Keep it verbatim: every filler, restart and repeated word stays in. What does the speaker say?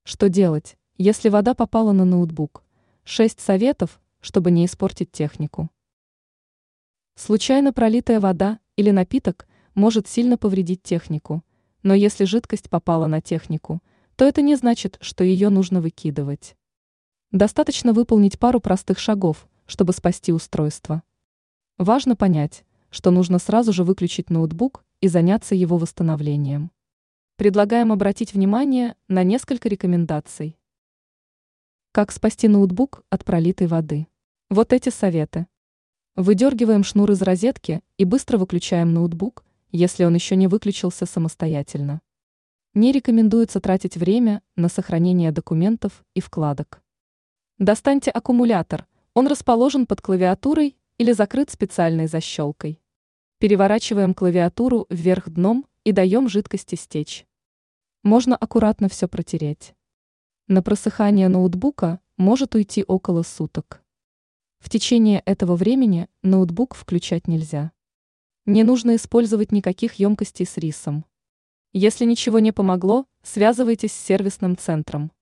Что делать, если вода попала на ноутбук? Шесть советов, чтобы не испортить технику. Случайно пролитая вода или напиток может сильно повредить технику, но если жидкость попала на технику, то это не значит, что ее нужно выкидывать. Достаточно выполнить пару простых шагов, чтобы спасти устройство. Важно понять, что нужно сразу же выключить ноутбук и заняться его восстановлением. Предлагаем обратить внимание на несколько рекомендаций. Как спасти ноутбук от пролитой воды? Вот эти советы. Выдергиваем шнур из розетки и быстро выключаем ноутбук, если он еще не выключился самостоятельно. Не рекомендуется тратить время на сохранение документов и вкладок. Достаньте аккумулятор, он расположен под клавиатурой или закрыт специальной защелкой. Переворачиваем клавиатуру вверх дном и даем жидкости стечь. Можно аккуратно все протереть. На просыхание ноутбука может уйти около суток. В течение этого времени ноутбук включать нельзя. Не нужно использовать никаких емкостей с рисом. Если ничего не помогло, связывайтесь с сервисным центром.